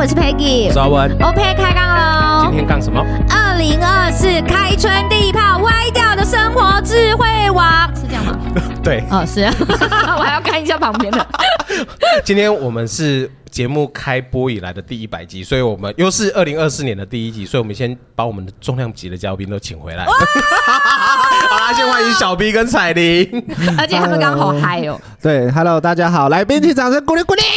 我是 Peggy， 我是阿文。 OK， 开杠喽！ 今天杠什么 ？2024开春第一炮，歪掉的生活智慧王，是这样吗？ 对， 哦，是。我还要看一下旁边的。 今天我们是节目开播以来的第100集，所以我们又是2024年的第1集，所以我们先把我们的重量级的嘉宾都请回来。好啦，先欢迎小 B 跟彩玲， 而且他们刚好嗨哦。 对 ，Hello， 大家好，来宾请掌声鼓励鼓励。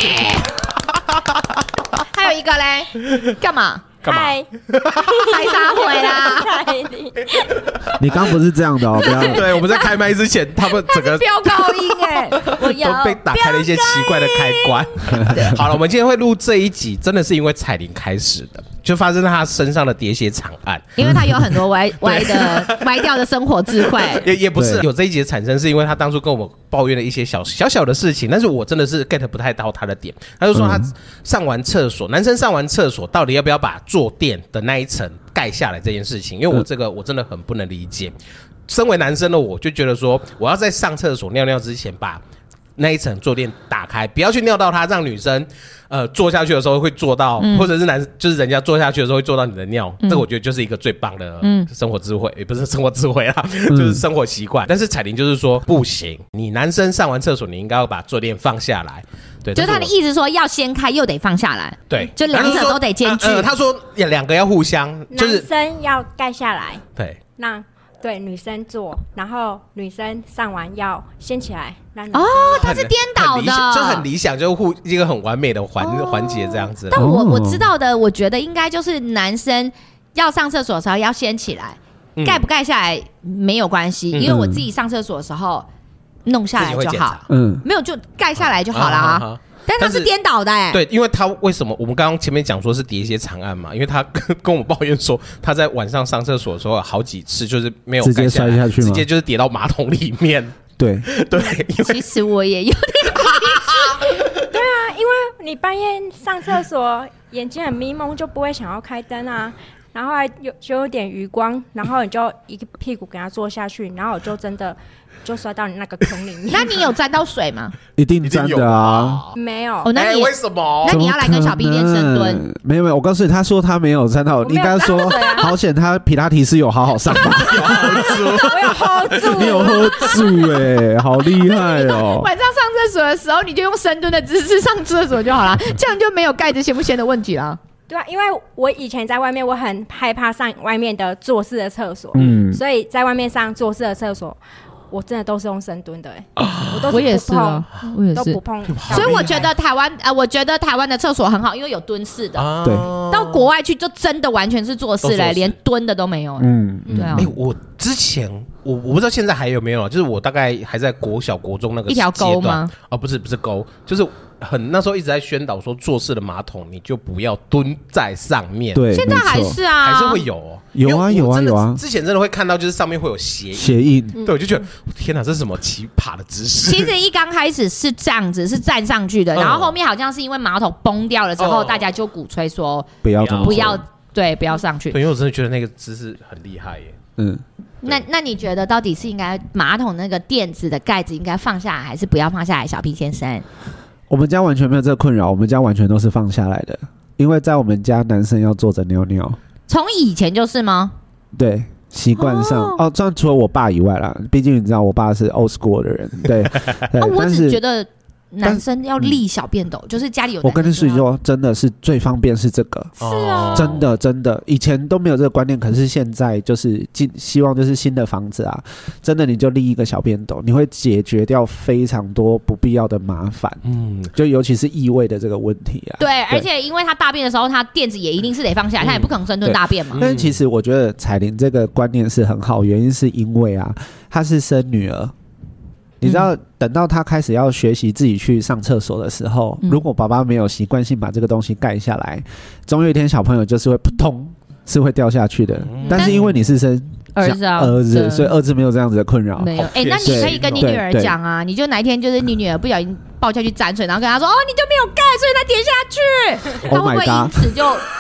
还有一个嘞，干嘛？ 嗨， 嗨啥回啦？ 你刚不是这样的哦，不要。 对，我们在开麦之前，他们整个飙高音哎，我都被打开了一些奇怪的开关。好了，我们今天会录这一集，真的是因为彩玲开始的，就发生在她身上的喋血惨案。 因为她有很多歪掉的生活智慧。 也不是有这一集的产生，是因为她当初跟我们抱怨了一些小小的事情，但是我真的是 get 不太到她的点。她就说她上完厕所，男生上完厕所到底要不要把坐垫的那一层盖下来这件事情，因为我这个我真的很不能理解。身为男生的我就觉得说，我要在上厕所尿尿之前把那一层坐垫打开，不要去尿到它，让女生坐下去的时候会坐到，或者是就是人家坐下去的时候会坐到你的尿，这个我觉得就是一个最棒的生活智慧，也不是生活智慧啦，就是生活习惯。但是彩玲就是说不行，你男生上完厕所你应该要把坐垫放下来。对， 就是他的意思说要掀开又得放下来， 对， 就两者都得兼具。 他说两个要互相，就是男生要盖下来， 对， 让对女生做，然后女生上完要掀起来，让哦，他是颠倒的， 就很理想，就一个很完美的环节这样子。 但我知道的，我觉得应该就是男生要上厕所的时候要掀起来，盖不盖下来没有关系，因为我自己上厕所的时候弄下来就好，没有就盖下来就好啦。但他是颠倒的哎， 对，因为他为什么我们刚刚前面讲说是喋血惨案嘛？因为他跟我抱怨说，他在晚上上厕所的时候好几次就是没有盖下来， 直接摔下去吗？ 直接就是跌到马桶里面。 对对， 其实我也有点对啊，因为你半夜上厕所眼睛很迷蒙，就不会想要开灯啊。然后就有点余光，然后你就一个屁股给他坐下去，然后我就真的就摔到你那个坑里面。 那你有沾到水吗？ 一定沾的啊， 没有。 哦，那你为什么？ 那你要来跟小 B 练深蹲？ 没有，我告诉你，他说他没有沾到，你刚刚说好险，他皮拉提斯有好好上吧？ 我有 hold 住， 你有 hold 住哎，好厉害哦！ 晚上上厕所的时候，你就用深蹲的姿势上厕所就好了，这样就没有盖子掀不掀的问题了。 对啊，因为我以前在外面，我很害怕上外面的坐式的厕所，所以在外面上坐式的厕所，我真的都是用深蹲的我也是啊，我也是都不碰。 所以我觉得台湾的厕所很好，因为有蹲式的。 对， 到国外去就真的完全是坐式嘞，连蹲的都没有。对啊。 我之前我不知道现在还有没有，就是我大概还在国小国中那个一条沟吗？ 哦，不是沟，就是那时候一直在宣导说坐式的马桶你就不要蹲在上面。 对， 现在还是啊， 还是会有哦。 有啊， 之前真的會看到就是上面会有鞋印， 对，我就觉得天哪，这是什么奇葩的姿势？ 其实一刚开始是这样子，是站上去的，然后后面好像是因为马桶崩掉了之后，大家就鼓吹说不要上去。 对，因为我真的觉得那个姿势很厉害耶。 那你觉得到底是应该马桶那个垫子的盖子应该放下来，还是不要放下来？小 P 先生， 我们家完全没有这个困扰，我们家完全都是放下来的，因为在我们家男生要坐着尿尿。 从以前就是吗？ 对，习惯上这样除了我爸以外啦，毕竟你知道我爸是 old school 的人，对。 我只觉得男生要立小便斗，就是家里有男生。 我跟你说，真的是最方便是这个， 是啊， 真的，以前都没有这个观念，可是现在就是希望就是新的房子啊，真的你就立一个小便斗，你会解决掉非常多不必要的麻烦，就尤其是异味的这个问题啊。 对，而且因为他大便的时候，他垫子也一定是得放下来，他也不可能深蹲大便嘛。 但是其实我觉得彩玲这个观念是很好，原因是因为啊，她是生女儿。你知道，等到他开始要学习自己去上厕所的时候，如果爸爸没有习惯性把这个东西盖下来，总有一天小朋友就是会扑通是会掉下去的。但是因为你是生儿子，所以儿子没有这样子的困扰。 没有，那你可以跟你女儿讲啊，你就哪一天就是你女儿不小心抱下去沾水，然后跟她说：“哦，你就没有盖，所以她跌下去。”她会不会因此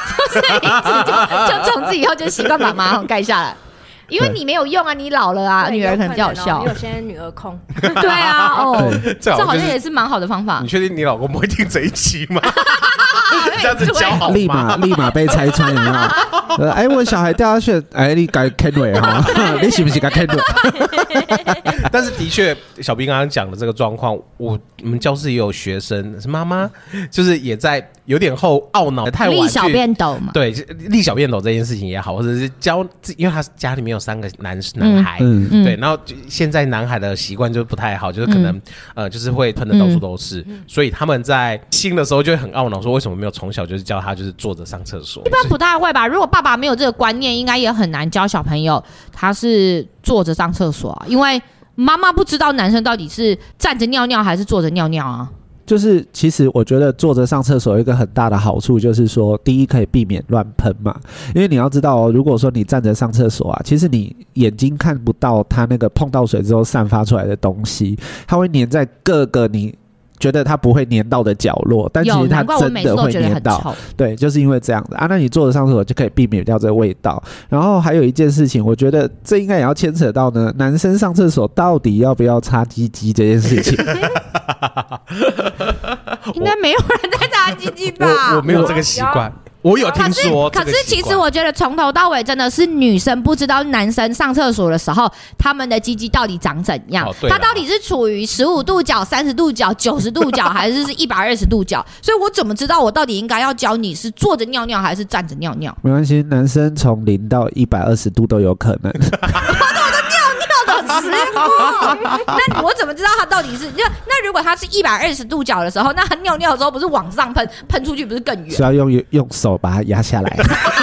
就从此以后就习惯把马桶盖下来？因为你没有用啊，你老了啊，女儿可能比较好笑。 有些女儿控。 对啊，这好像也是蛮好的方法。 你确定你老公不会听这一期吗？ 这样子教好吗？ 立马被拆穿，有没有？哎，我小孩掉下去，哎，你该坑尾哈，你是不是该坑尾？ 但是的确，小兵刚刚讲的这个状况，我们教室也有学生是妈妈，就是也在有点懊恼，太晚去立小便斗嘛。 对，立小便斗这件事情也好，或者是教，因为他家里面有3个男孩，对，然后现在男孩的习惯就不太好，就是可能就是会喷的到处都是，所以他们在新的时候就会很懊恼，说为什么没有从小就是教他就是坐着上厕所？ 一般不太会吧？如果爸爸没有这个观念，应该也很难教小朋友他是坐着上厕所啊，因为妈妈不知道男生到底是站着尿尿还是坐着尿尿啊。 就是其实我觉得坐着上厕所有一个很大的好处，就是说第一可以避免乱喷嘛，因为你要知道哦，如果说你站着上厕所啊，其实你眼睛看不到它那个碰到水之后散发出来的东西，它会粘在各个你觉得它不会粘到的角落，但其实它真的会粘到。对，就是因为这样子啊。那你坐着上厕所就可以避免掉这个味道。然后还有一件事情，我觉得这应该也要牵扯到呢，男生上厕所到底要不要擦鸡鸡这件事情。 应该没有人在擦鸡鸡吧？ 我没有这个习惯。我有听说， 可是其实我觉得从头到尾真的是女生不知道男生上厕所的时候他们的鸡鸡到底长怎样，它到底是处于15度角、30度角、90度角还是120度角，所以我怎么知道我到底应该要教你是坐着尿尿还是站着尿尿？ 没关系，男生从0到120度都有可能。 那我怎么知道他到底是？那如果他是120度角的时候，那他尿尿的时候不是往上喷，喷出去不是更远？ 是要用手把它压下来。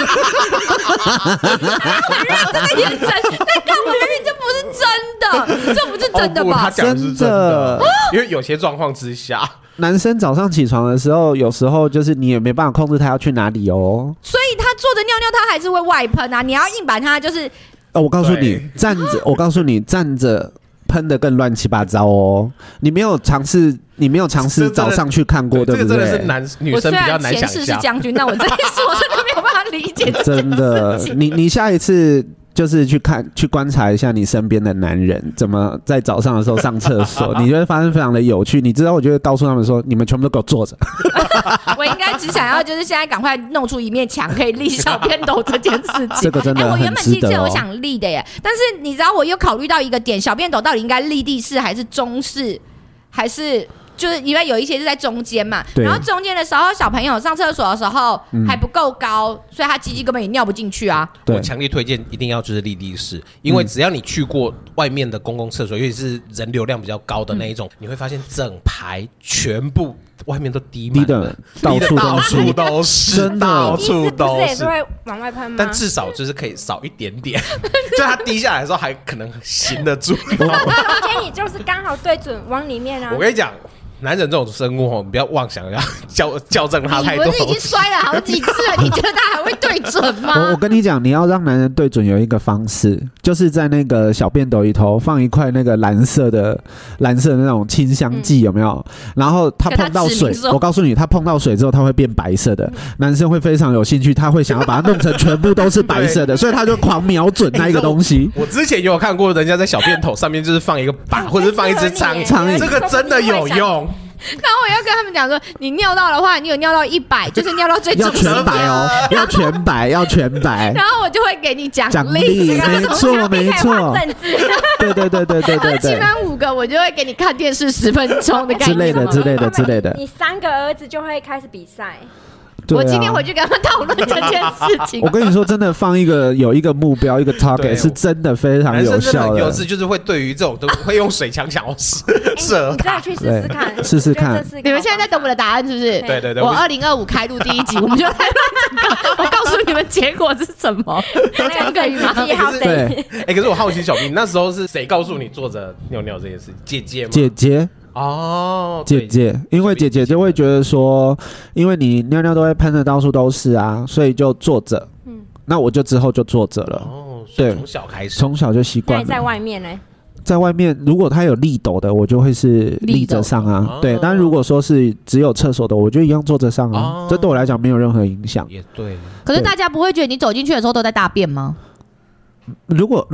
这个眼神在看我，明明就不是真的，这不是真的吧？ 他讲的是真的，因为有些状况之下， 男生早上起床的时候，有时候就是你也没办法控制他要去哪里哦。 所以他坐着尿尿，他还是会外喷啊！你要硬把他就是。 我告诉你，站着喷的更乱七八糟哦。你没有尝试早上去看过，对不对？ 这个真的是女生比较难想象。我虽然前世是将军，但我这一次我真的没有办法理解这件事情。 真的，你下一次就是去观察一下你身边的男人怎么在早上的时候上厕所，你就会发现非常的有趣。你知道，我就会告诉他们说，你们全部都给我坐着。 我应该只想要就是现在赶快弄出一面墙可以立小便斗这件事情。 这个真的很值得哦。 我原本其实有想立的耶，但是你知道我又考虑到一个点，小便斗到底应该立地式还是中式，还是？就是因为有一些是在中间嘛，然后中间的时候小朋友上厕所的时候还不够高，所以他鸡鸡根本也尿不进去啊。 我强烈推荐一定要就是立地式，因为只要你去过外面的公共厕所，尤其是人流量比较高的那一种，你会发现整排全部外面都滴满了， 到处都是，真的到处都是， 也是会往外喷吗？ 但至少就是可以少一点点，就它滴下来的时候还可能行得住。 中间你就是刚好对准往里面啊。 我跟你讲。男人这种生物你不要妄想要校正他太多。 你不是已经摔了好几次了？你觉得他还会对准吗？ 我跟你讲，你要让男人对准有一个方式，就是在那个小便斗里头放一块那个蓝色的那种清香剂，有没有？然后他碰到水，我告诉你，他碰到水之后，他会变白色的。男生会非常有兴趣，他会想要把它弄成全部都是白色的，所以他就狂瞄准那一个东西。 我之前有看过人家在小便斗上面就是放一个靶，或者是放一只苍蝇，这个真的有用。 然后我要跟他们讲说，你尿到的话，你有尿到100，就是尿到最准。 要全白哦，要全白，要全白。 然后我就会给你奖励，没错没错。对， 起码5个，我就会给你看电视10分钟的概念之类的。 你3个儿子就会开始比赛。 我今天回去跟他们讨论这件事情。 我跟你说，真的有一个目标，一个 target 是真的非常有效的。 有时就是会对于这种都会用水枪想要射。 你再去试试看， 试试看。 你们现在在等我的答案是不是？ 对。 我2025开录第1集，我们就来论这个。我告诉你们结果是什么，这样可以吗？ 对。 可是我好奇，小兵那时候是谁告诉你坐着尿尿这件事？姐姐吗？ 姐姐。姐姐，因为姐姐就会觉得说，因为你尿尿都会喷的到处都是啊，所以就坐着。那我就之后就坐着了。 对，从小开始， 从小就习惯了。 那你在外面呢？ 在外面，如果它有立斗的，我就会是立着上啊。对，但如果说是只有厕所的，我就一样坐着上啊。这对我来讲没有任何影响。 也对。 可是大家不会觉得你走进去的时候都在大便吗？ 如果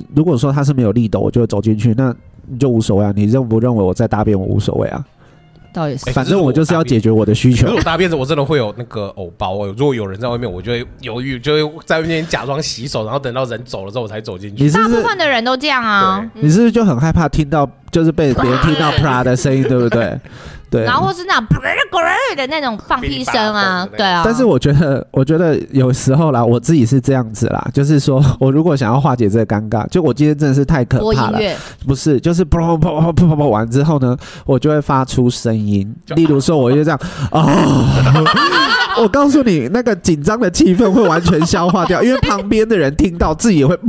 说它是没有立斗，我就走进去，那你就无所谓啊。你认不认为我在大便，我无所谓啊。 倒也是， 反正我就是要解决我的需求。 可是我大便我真的会有那个偶包哦。如果有人在外面，我就会犹豫，就会在外面假装洗手，然后等到人走了之后我才走进去。 大部分的人都这样啊。 你是不是就很害怕听到，就是被别人听到啪的声音，对不对？对， 然后或是那种的那种放屁声啊，对啊。 但是我觉得有时候啦，我自己是这样子啦，就是说我如果想要化解这个尴尬，就我今天真的是太可怕了，不是，就是砰砰砰砰砰完之后呢，我就会发出声音，例如说我就这样我告诉你，那个紧张的气氛会完全消化掉，因为旁边的人听到自己也会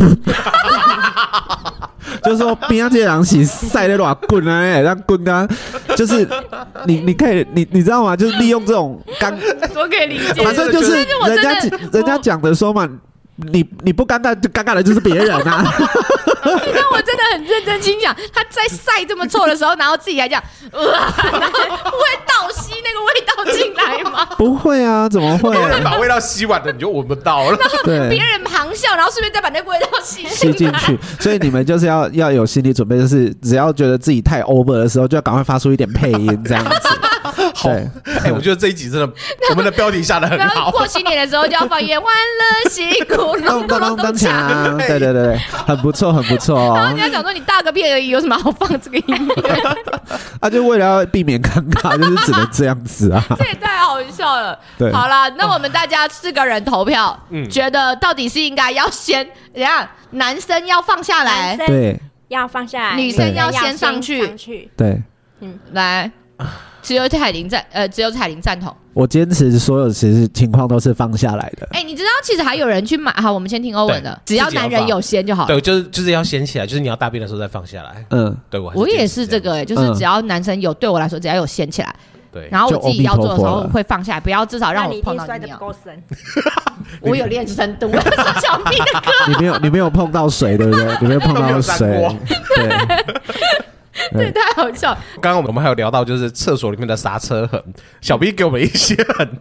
就是说边这人是晒的乱滚啊，让滚啊，就是你可以你知道吗？就是利用这种我可以理解， 反正就是人家讲的说嘛，你不尴尬，就尴尬的就是别人啊。 但我真的很认真心想，他在晒这么臭的时候，然后自己还这样，然后不会倒吸那个味道进来吗？ 不会啊，怎么会？ 你把味道吸完了，你就闻不到了。 对， 别人旁笑，然后顺便再把那个味道吸进去。所以你们就是要有心理准备，就是只要觉得自己太 over 的时候，就要赶快发出一点配音这样子。 好，我觉得这一集真的，我们的标题下得很好。 过新年的时候就要放《夜欢乐西鼓隆咚咚咚锵》， 对，很不错，很不错哦。 然后人家讲说你大个屁而已，有什么好放这个音乐？ 就为了要避免尴尬，就是只能这样子啊。 这也太好笑了。 对， 好啦，那我们大家4个人投票，觉得到底是应该要先怎样？男生要放下来， 对， 要放下来， 女生要先上去， 对， 来。只有彩铃赞同。 我坚持所有其实情况都是放下来的。 你知道其实还有人去买，好，我们先听欧文的，只要男人有先就好了。 对，就是要掀起来，就是你要大便的时候再放下来。对， 我也是这个就是只要男生有，对我来说只要有掀起来， 对， 然后我自己要做的时候会放下来，不要至少让我碰到你尿。我有练深度，小屁的歌。 你没有碰到水，对不对？你没有碰到水，对。 这太好笑。 刚刚我们还有聊到，就是厕所里面的刹车痕，小 B 给我们一些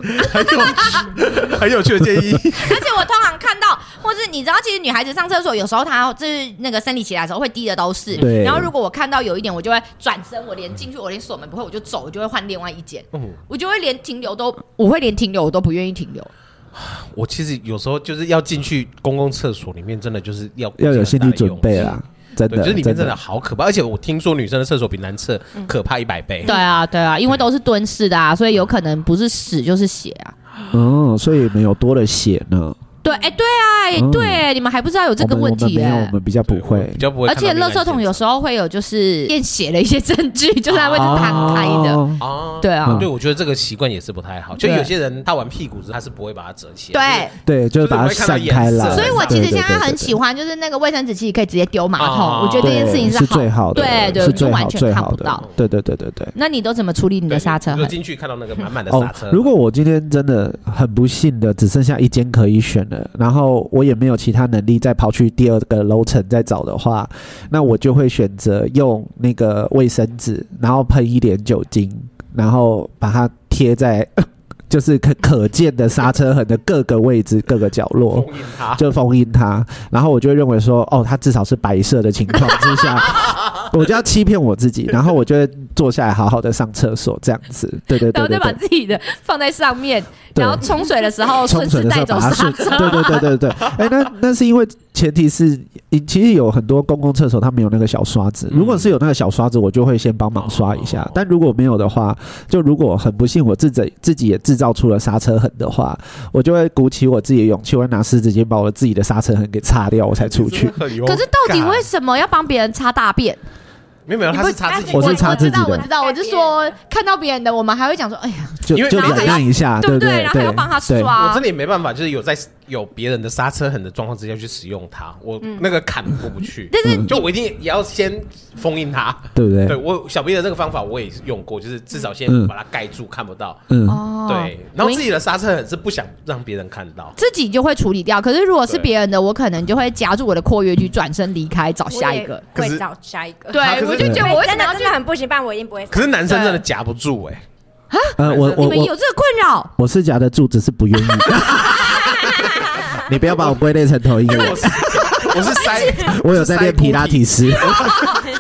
很有趣的建议。 而且我通常看到，或是你知道，其实女孩子上厕所有时候她就是那个生理期来的时候会滴的都是。然后如果我看到有一点，我就会转身，我连进去，我连锁门不会，我就走，我就会换另外一间。我就会连停留我都不愿意停留。 我其实有时候就是要进去公共厕所里面，真的就是要有心理准备啦。真的， 就是里面真的好可怕，而且我听说女生的厕所比男厕可怕100倍。 对啊，因为都是蹲式的啊，所以有可能不是屎就是血啊。 所以没有多了血呢。 对，对，你们还不知道有这个问题我们比较不会， 而且垃圾桶有时候会有就是验血的一些证据，就是它会是弹开的。对啊， 对，我觉得这个习惯也是不太好。就有些人他玩屁股时他是不会把它折起来， 对，就是把它散开来。 所以我其实现在很喜欢，就是那个卫生纸其实可以直接丢马桶，我觉得这件事情是最好的， 对，是完全看不到。 对。 那你都怎么处理你的刹车痕？ 进去看到那个满满的刹车。 如果我今天真的很不幸的只剩下一间可以选了，然后我也没有其他能力再跑去第2个楼层再找的话，那我就会选择用那个卫生纸，然后喷一点酒精，然后把它贴在就是可见的刹车痕的各个位置、各个角落，就封印它。然后我就会认为说，它至少是白色的情况之下，我就要欺骗我自己，然后我就会坐下来好好的上厕所，这样子。对， 然后再把自己的放在上面，然后冲水的时候顺势带走刹车。 对。那是因为前提是，其实有很多公共厕所它没有那个小刷子。如果是有那个小刷子，我就会先帮忙刷一下。但如果没有的话，就如果很不幸我自己也制造出了刹车痕的话，我就会鼓起我自己的勇气，我会拿湿纸巾把我自己的刹车痕给擦掉，我才出去。 可是到底为什么要帮别人擦大便？ 没有，他是擦自己。 我是擦自己的。 我知道，我是说看到别人的，我们还会讲说，哎呀， 就忍耐一下，对不对？ 然后还要帮他刷。 我真的也没办法，就是有别人的刹车痕的状况之下去使用它，我那个坎过不去。但是就我一定也要先封印它， 对不对？ 对，我小 B 的这个方法我也用过，就是至少先把它盖住，看不到。对。然后自己的刹车痕是不想让别人看到， 自己就会处理掉。可是如果是别人的，我可能就会夹住我的括约肌，转身离开，找下一个。 会找下一个。 对，我就觉得我为什么要真的很不行，不然我一定不会。 可是男生真的夹不住你们有这个困扰？ 我是夹得住，只是不愿意。你不要把我归类成同一个人。 我是塞， 我有在练皮拉提斯。 那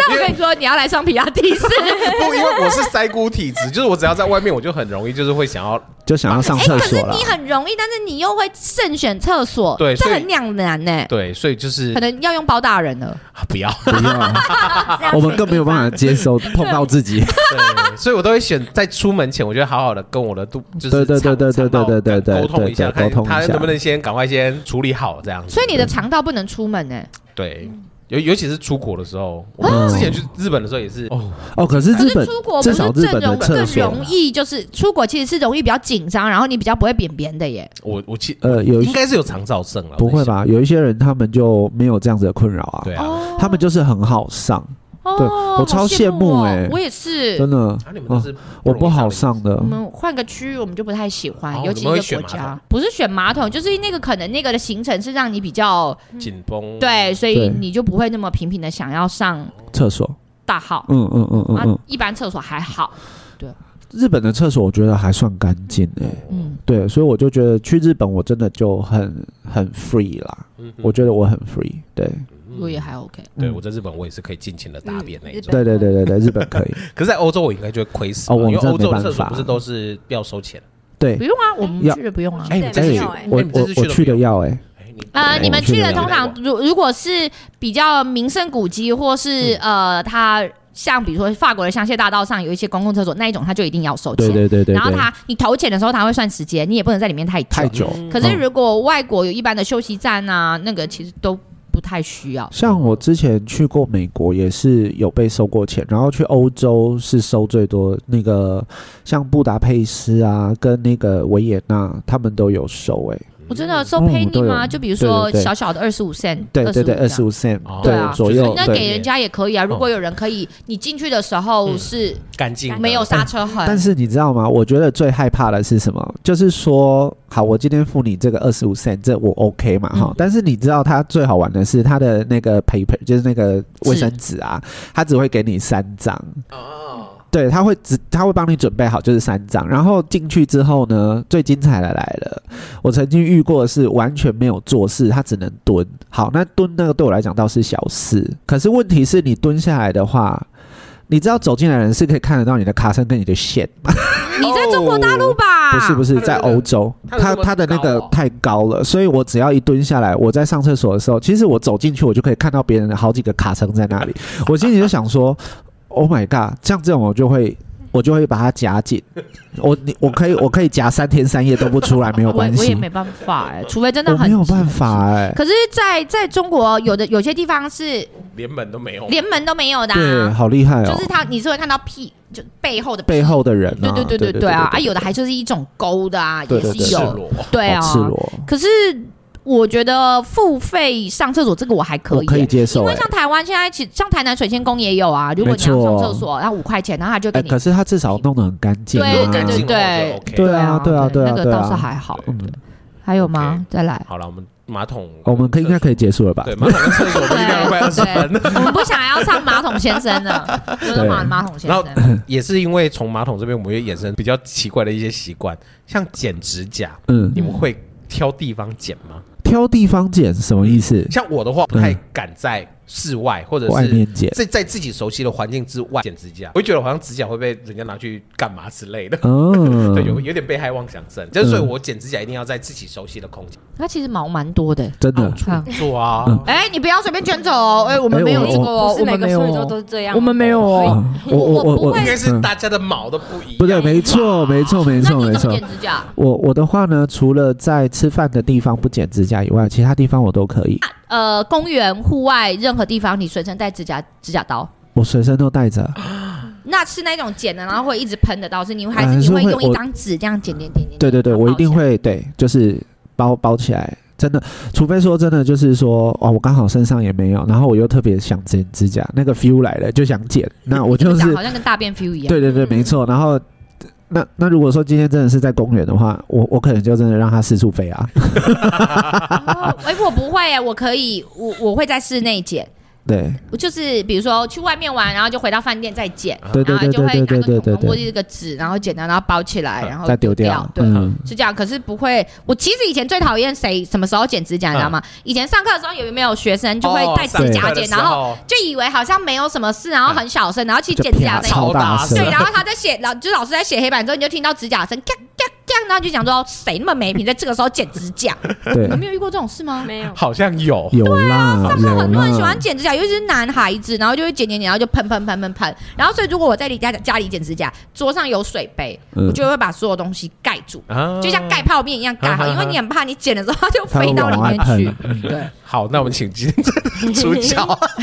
那我跟你说，你要来上皮拉提斯。 不，因为我是腮骨体质，就是我只要在外面，我就很容易就是会想要上厕所了。 可是你很容易，但是你又会慎选厕所， 对， 这很两难呢。 对，所以就是可能要用包大人了。 不要， 我们更没有办法接受碰到自己。 对，所以我都会选在出门前，我就好好的跟我的就是对沟通一下，看他能不能赶快先处理好这样子。 所以你的肠道不能出门呢？ 对。尤其是出国的时候，我们之前去日本的时候也是可是日本出国至少日本的厕所更容易，就是出国其实是容易比较紧张，然后你比较不会扁扁的耶。 我应该是有肠燥症了， 不会吧？有一些人他们就没有这样子的困扰啊， 对啊， 他们就是很好上。对，我超羡慕我也是， 真的。我不好上的。 我们换个区域，我们就不太喜欢，尤其一个国家，不是选马桶，就是那个可能那个的行程是让你比较紧绷， 对，所以你就不会那么频频的想要上厕所大号。一般厕所还好。对， 日本的厕所我觉得还算干净对，所以我就觉得去日本我真的就很 free 啦。我觉得我很 free， 对。 我也还 OK， 对，我在日本我也是可以尽情的大便那一种。 对，日本可以。 可是在欧洲我应该就会亏死，因为欧洲的厕所不是都是要收钱？ 对， 不用啊，我们去的不用啊。 我去的要你们去的通常如果是比较名胜古迹，或是它像比如说法国的香榭大道上有一些公共厕所那一种，它就一定要收钱。 对。然后你投钱的时候，它会算时间，你也不能在里面太久。可是如果外国有一般的休息站啊，那个其实都不太需要。 像我之前去过美国也是有被收过钱，然后去欧洲是收最多，那个像布达佩斯啊跟那个维也纳他们都有收我真的收 penny 吗？就比如说小小的25 cent， 对25 cent， 对啊， 左右。 那给人家也可以啊。如果有人可以，你进去的时候是干净， 没有刹车痕。 但是你知道吗？我觉得最害怕的是什么？就是说，好，我今天付你这个25 cent， 这我 OK 嘛哈。但是你知道，它最好玩的是它的那个 paper， 就是那个卫生纸啊，它只会给你3张。对，他会帮你准备好，就是3张，然后进去之后呢，最精彩的来了。我曾经遇过的是完全没有做事，他只能蹲。好，那蹲那个对我来讲倒是小事，可是问题是你蹲下来的话，你知道走进来的人是可以看得到你的卡声跟你的线吗？ 你在中国大陆吧？ 不是，在欧洲，他的那个太高了，所以我只要一蹲下来，我在上厕所的时候，其实我走进去，我就可以看到别人的好几个卡声在那里。我心里就想说。Oh my god！ 像这种我就会把它夹紧，我可以夹3天3夜都不出来，没有关系。 我也没办法除非真的很我没有办法可是在中国有些地方是连门都没有的。 对，好厉害就是你是会看到就背后的人对啊，有的还就是一种勾的啊，也是有。对啊， 赤裸。 可是。我觉得付费上厕所这个我还可以， 我可以接受。 因为像台湾现在像台南水仙宫也有啊，如果你要上厕所要5块钱，然后他就给你。 可是他至少弄得很干净。 对， 对啊， 那个倒是还好。还有吗？再来。 好了，我们马桶， 我们应该可以结束了吧？ 对，马桶跟厕所都应该快20分。 我们不想要唱马桶先生了，就是马桶先生。 然后也是因为从马桶这边，我们会衍生比较奇怪的一些习惯，像剪指甲，你们会挑地方剪吗？ 挑地方剪什么意思？ 像我的话，不太敢在室外或者是在自己熟悉的环境之外剪指甲，我会觉得好像指甲会被人家拿去干嘛之类的。对，有点被害妄想症，就是所以我剪指甲一定要在自己熟悉的空间。 它其实毛蛮多的， 真的。 做啊！ 你不要随便卷走哦！我们没有这个哦， 我们没有都是这样， 我们没有哦。 我应该是大家的毛都不一样。 不对，没错。 那你怎么剪指甲？ 我的话呢，除了在吃饭的地方不剪指甲以外，其他地方我都可以。 公园、户外任何地方，你随身带指甲刀？我随身都带着。 那是那种剪的，然后会一直喷的刀，还是你会用一张纸这样剪？ 对，我一定会就是包起来。真的，除非说真的就是说我刚好身上也没有，然后我又特别想剪指甲，那个 feel 来了就想剪，那我就是好像跟大便 feel 一样。 对，没错。然后那如果说今天真的是在公园的话，我可能就真的让它四处飞啊。 我不会我可以，我会在室内剪。 对， 就是比如说去外面玩，然后就回到饭店再剪， 对对对对对对对对， 或者一个纸，然后剪掉，然后包起来，然后再丢掉， 对，是这样。可是不会，我其实以前最讨厌什么时候剪指甲，你知道吗？以前上课的时候有没有学生就会带指甲剪，然后就以为好像没有什么事，然后很小声，然后去剪指甲超大声， 对，然后他在写，就是老师在写黑板之后，你就听到指甲声，咔咔咔，然后就讲说谁那么没品，在这个时候剪指甲？你们没有遇过这种事吗？ 没有， 好像有啦， 上课很多人喜欢剪指甲，尤其是男孩子，然后就会剪，然后就喷，然后所以如果我在家里剪指甲，桌上有水杯，我就会把所有东西盖住，就像盖泡面一样盖好，因为你很怕你剪的时候它就飞到里面去。对， 好，那我们请今天的主角。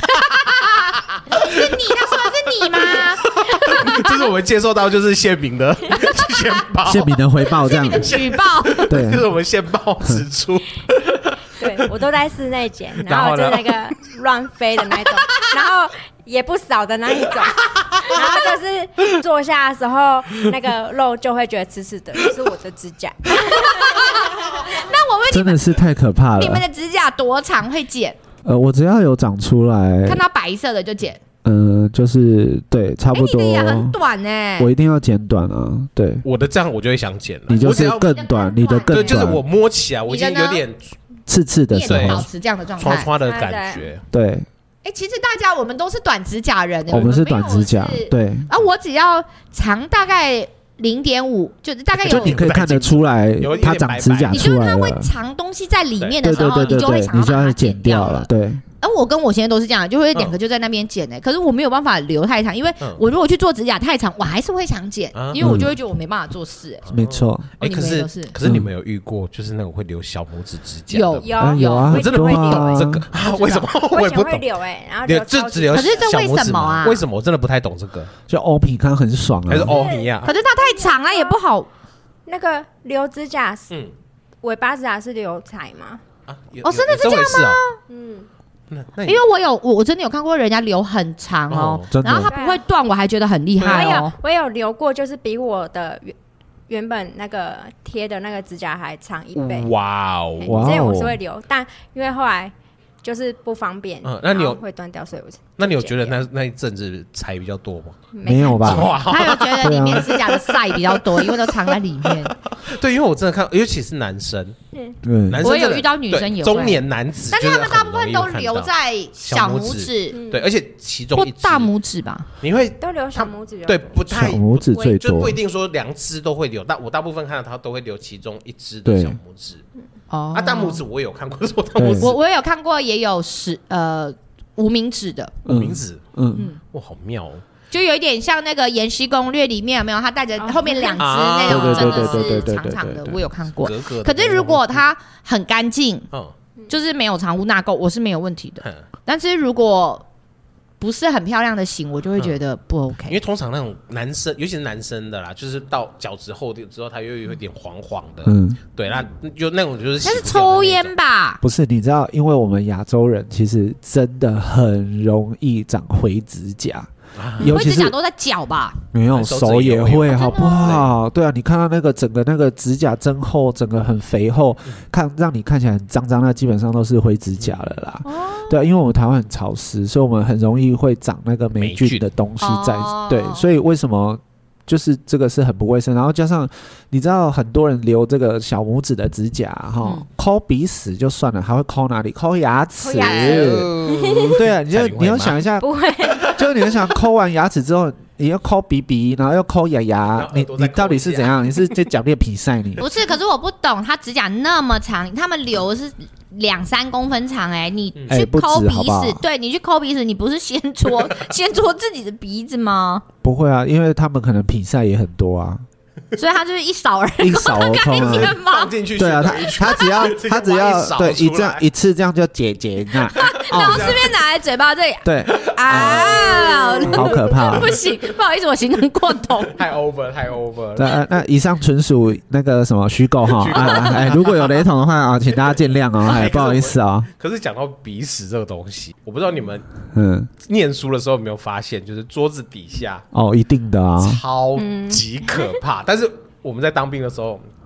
是你，他说的是你吗？ 这是我们接受到就是县民的线报， 县民的回报，这样举报， 对， 就是我们线报指出。 对，我都在室内剪，然后就那个乱飞的那一种，然后也不少的那一种，然后就是坐下的时候，那个肉就会觉得刺刺的，就是我的指甲。 那我问你真的是太可怕了。 你们的指甲多长会剪？ 我只要有长出来， 看到白色的就剪。 就是对，差不多。 你的也很短哎， 我一定要剪短啊。对， 我的这样我就会想剪了。 你就是更短，你的更短。 对，就是我摸起来我已经有点刺刺的时候， 保持这样的状态， 刷刷的感觉。 对。 其实大家我们都是短指甲人， 我们是短指甲，对。 我只要长大概0.5，就是大概有， 就你可以看得出来，它长指甲出来了。 你就是它会藏东西在里面的时候，你就会想要把它剪掉了， 对。 而我跟我现在都是这样，就会两个就在那边剪可是我没有办法留太长，因为我如果去做指甲太长，我还是会想剪，因为我就会觉得我没办法做事。 没错。 可是你们有遇过就是那种会留小拇指指甲？ 有啊， 我真的不懂这个，为什么我也不懂？ 会留然后留就只留， 可是这为什么啊？ 为什么我真的不太懂这个？ 就欧皮康很爽啊， 还是欧皮啊？ 可是它太长了也不好。 那个留指甲尾巴指甲是留彩吗？ 真的是这样吗？因为我真的有看过人家留很长然后它不会断，我还觉得很厉害我有留过，就是比我的原本那个贴的那个指甲还长1倍。 哇哦！ 这样我是会留，但因为后来就是不方便， 那你有会断掉，所以我那你有觉得那一阵子财比较多吗？ 没有吧？ 他有觉得里面指甲的晒比较多，因为都藏在里面。 对，因为我真的看，尤其是男生，男生我有遇到女生也会中年男子， 但是他们大部分都留在小拇指， 对，而且其中一只大拇指吧， 你会都留小拇指， 对，不太小拇指最多， 就不一定说2只都会留，但我大部分看到他都会留其中一只的小拇指。大拇指我也有看过， 我也有看过，也有无名指的， 无名指，哇，好妙哦。 就有一点像那个《延禧攻略》里面有没有？他带着后面2只那种，真的是长长的，我有看过。可是如果它很干净，就是没有藏污纳垢，我是没有问题的。但是如果不是很漂亮的型，我就会觉得不 OK。因为通常那种男生，尤其是男生的啦，就是到角质厚之后，它又有点黄黄的。对，那就那种就是那是抽烟吧？ 不是，你知道，因为我们亚洲人其实真的很容易长灰指甲。 灰指甲都在脚吧？ 没有，手也会，好不好？对啊，你看到那个整个那个指甲真厚，整个很肥厚，让你看起来很脏脏，那基本上都是灰指甲了啦。对啊，因为我们台湾很潮湿，所以我们很容易会长那个霉菌的东西在。对，所以为什么就是这个是很不卫生？然后加上你知道很多人留这个小拇指的指甲抠鼻屎就算了，还会抠哪里？抠牙齿。对啊，你要想一下， 不会。 就是你想抠完牙齿之后，你要抠鼻鼻，然后又抠牙，你到底是怎样？你是在讲练比赛？你不是？可是我不懂，他指甲那么长，他们留是2-3公分长你去抠鼻屎，对你去抠鼻屎，你不是先戳自己的鼻子吗？ 不会啊，因为他们可能比赛也很多啊。 所以他就是一扫而空， 一扫而空啊！ 放进去， 对啊，他只要对一次这样就解那， 然后顺便拿来嘴巴这里， 对啊， 好可怕！ 不行，不好意思，我形容过头， 太 over。 对，那以上纯属那个什么虚构哈，如果有雷同的话请大家见谅哦，不好意思啊。 可是讲到鼻屎这个东西，我不知道你们念书的时候有没有发现，就是桌子底下一定的啊， 超级可怕，但是我们在当兵的时候，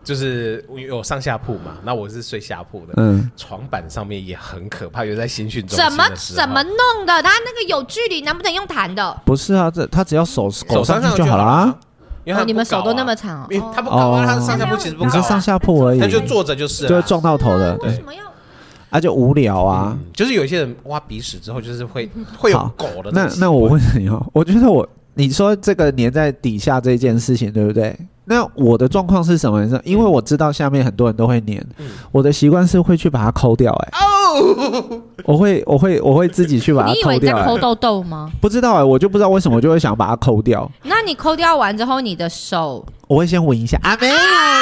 就是有上下铺嘛，那我是睡下铺的，床板上面也很可怕，有在新训中心的时候怎么弄的？他那个有距离，能不能用弹的？ 不是啊，他只要手上去就好了啊。 因为你们手都那么长哦， 因为他不高啊，他上下铺其实不高， 你是上下铺而已， 他就坐着就是， 就会撞到头的。 为什么要？ 就无聊啊， 就是有一些人挖鼻屎之后，就是会有狗的。 那我问你哦，我觉得你说这个粘在底下这件事情，对不对？那我的状况是什么呢？因为我知道下面很多人都会粘，我的习惯是会去把它抠掉。我会自己去把它抠掉。 你以为在抠痘痘吗？ 不知道我就不知道为什么我就会想把它抠掉。 那你抠掉完之后，你的手我会先闻一下啊，没有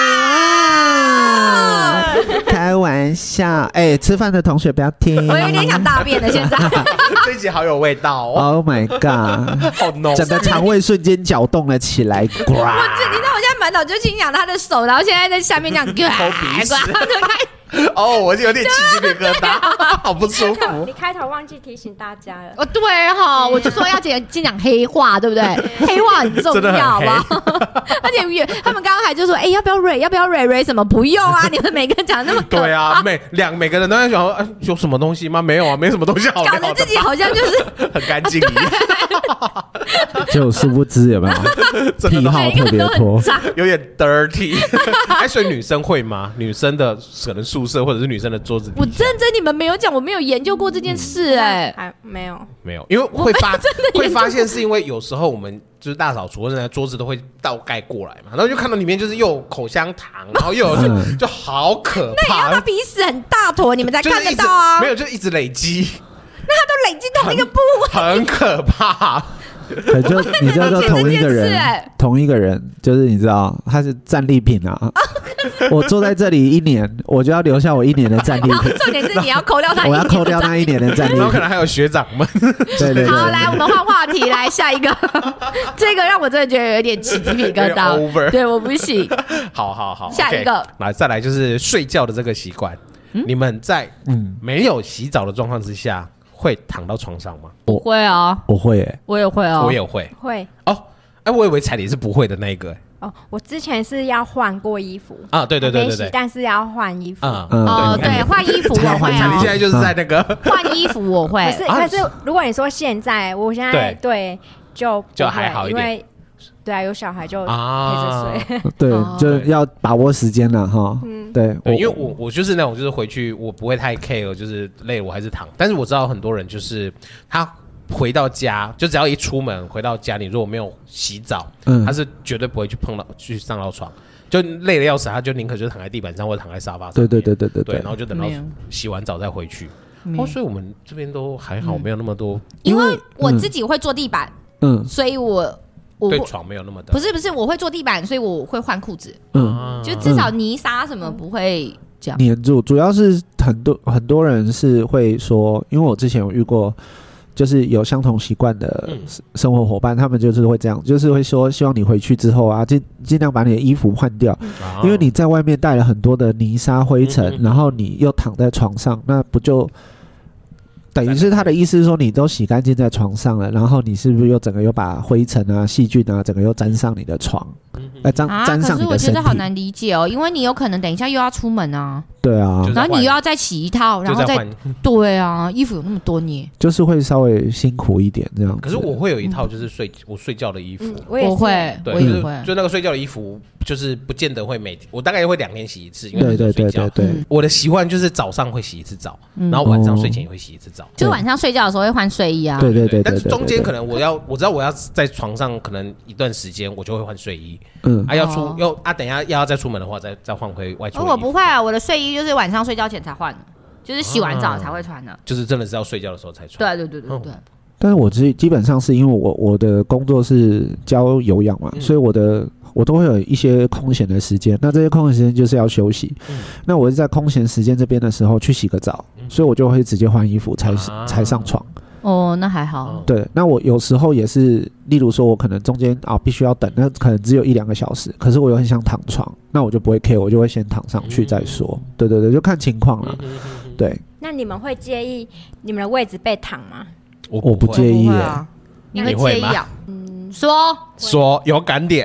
开玩笑。吃饭的同学不要听。 我有点想大便了，现在这一集好有味道哦。 Oh my god， 好浓， 整个肠胃瞬间搅动了起来。你知道我现在满脑就心想他的手，然后现在在下面这样抠鼻屎。 我就有点起鸡皮疙瘩，好不舒服。 你开头忘记提醒大家了。 对哈，我就说要讲黑话，对不对？黑话很重要，好不好？而且他们刚刚还就说，要不要蕊？要不要蕊什么？不用啊！你们每个人讲那么对啊，每个人都在想，有什么东西吗？没有啊，没什么东西好聊的。 搞得自己好像就是很干净一样。 就殊不知有没有癖好特别多， 有点 dirty。所以女生会吗？女生的可能宿舍或者是女生的桌子底下， 我认真，你们没有讲，我没有研究过这件事还没有， 因为会发现是因为有时候我们就是大扫除或者桌子都会倒盖过来嘛，然后就看到里面就是又有口香糖，然后又有就好可怕。 那也要鼻屎很大坨，你们才看得到啊？ 没有，就一直累积。 那它都累积到那个部位， 很可怕。 就你知道同一个人，就是你知道他是战利品啊。我坐在这里1年，我就要留下我1年的战利品。 重点是你要抠掉他， 我要抠掉那1年的战利品。 然后可能还有学长们。 对。 好，来我们换话题，来下一个。这个让我真的觉得有点起鸡皮疙瘩。对，我不行。 好， 下一个， 再来就是睡觉的这个习惯。你们在没有洗澡的状况之下，会躺到床上吗？ 我会啊， 我会我也会哦， 我也会哦。 我以为彩礼是不会的那一个。 我之前是要换过衣服啊，对， 但是要换衣服。 对，换衣服我会啊。 你现在就是在那个换衣服我会， 可是如果你说现在，我现在对就还好一点， 因为对啊，有小孩就陪着睡。 对，就要把握时间了哈。对， 因为我就是那种就是回去我不会太 care， 就是累我还是躺。但是我知道很多人就是他回到家，就只要一出门回到家，你如果没有洗澡，他是绝对不会去上到床，就累得要死，他就宁可就躺在地板上或者躺在沙发上面。对，然后就等到洗完澡再回去。所以我们这边都还好，没有那么多。 因为我自己会坐地板，所以我对床没有那么的。 不是，我会坐地板，所以我会换裤子。就至少泥沙什么不会这样黏住。主要是很多人是会说，因为我之前有遇过。就是有相同习惯的生活伙伴，他们就是会这样，就是会说希望你回去之后啊，尽量把你的衣服换掉，因为你在外面带了很多的泥沙灰尘，然后你又躺在床上，那不就等于是他的意思是说你都洗干净在床上了，然后你是不是又整个又把灰尘啊、细菌啊，整个又沾上你的床，沾上你的身体？ 可是我觉得好难理解哦，因为你有可能等一下又要出门啊。 对啊， 然后你又要再洗一套，然后再对啊，衣服有那么多年， 就是会稍微辛苦一点这样。 可是我会有一套就是我睡觉的衣服， 我会， 对，就那个睡觉的衣服，就是不见得会每天，我大概会2天洗一次，因为睡觉。对，我的习惯就是早上会洗一次澡，然后晚上睡前也会洗一次澡。 就晚上睡觉的时候会换睡衣啊。 对。 但是中间可能我知道我要在床上可能一段时间，我就会换睡衣。等一下要再出门的话，再换回外出。 我不会啊，我的睡衣就是晚上睡觉前才换的，就是洗完澡才会穿的。 就是真的是要睡觉的时候才穿。 对。 但是我基本上是因为我的工作是教有氧嘛，所以我都会有一些空闲的时间。那这些空闲时间就是要休息。那我是在空闲时间这边的时候去洗个澡，所以我就会直接换衣服才上床。 那还好。 对，那我有时候也是，例如说我可能中间必须要等，那可能只有1-2个小时，可是我又很想躺床，那我就不会 care， 我就会先躺上去再说。对，就看情况了。对。 那你们会介意你们的位置被躺吗？ 我不介意啊。你会介意啊？说有感点。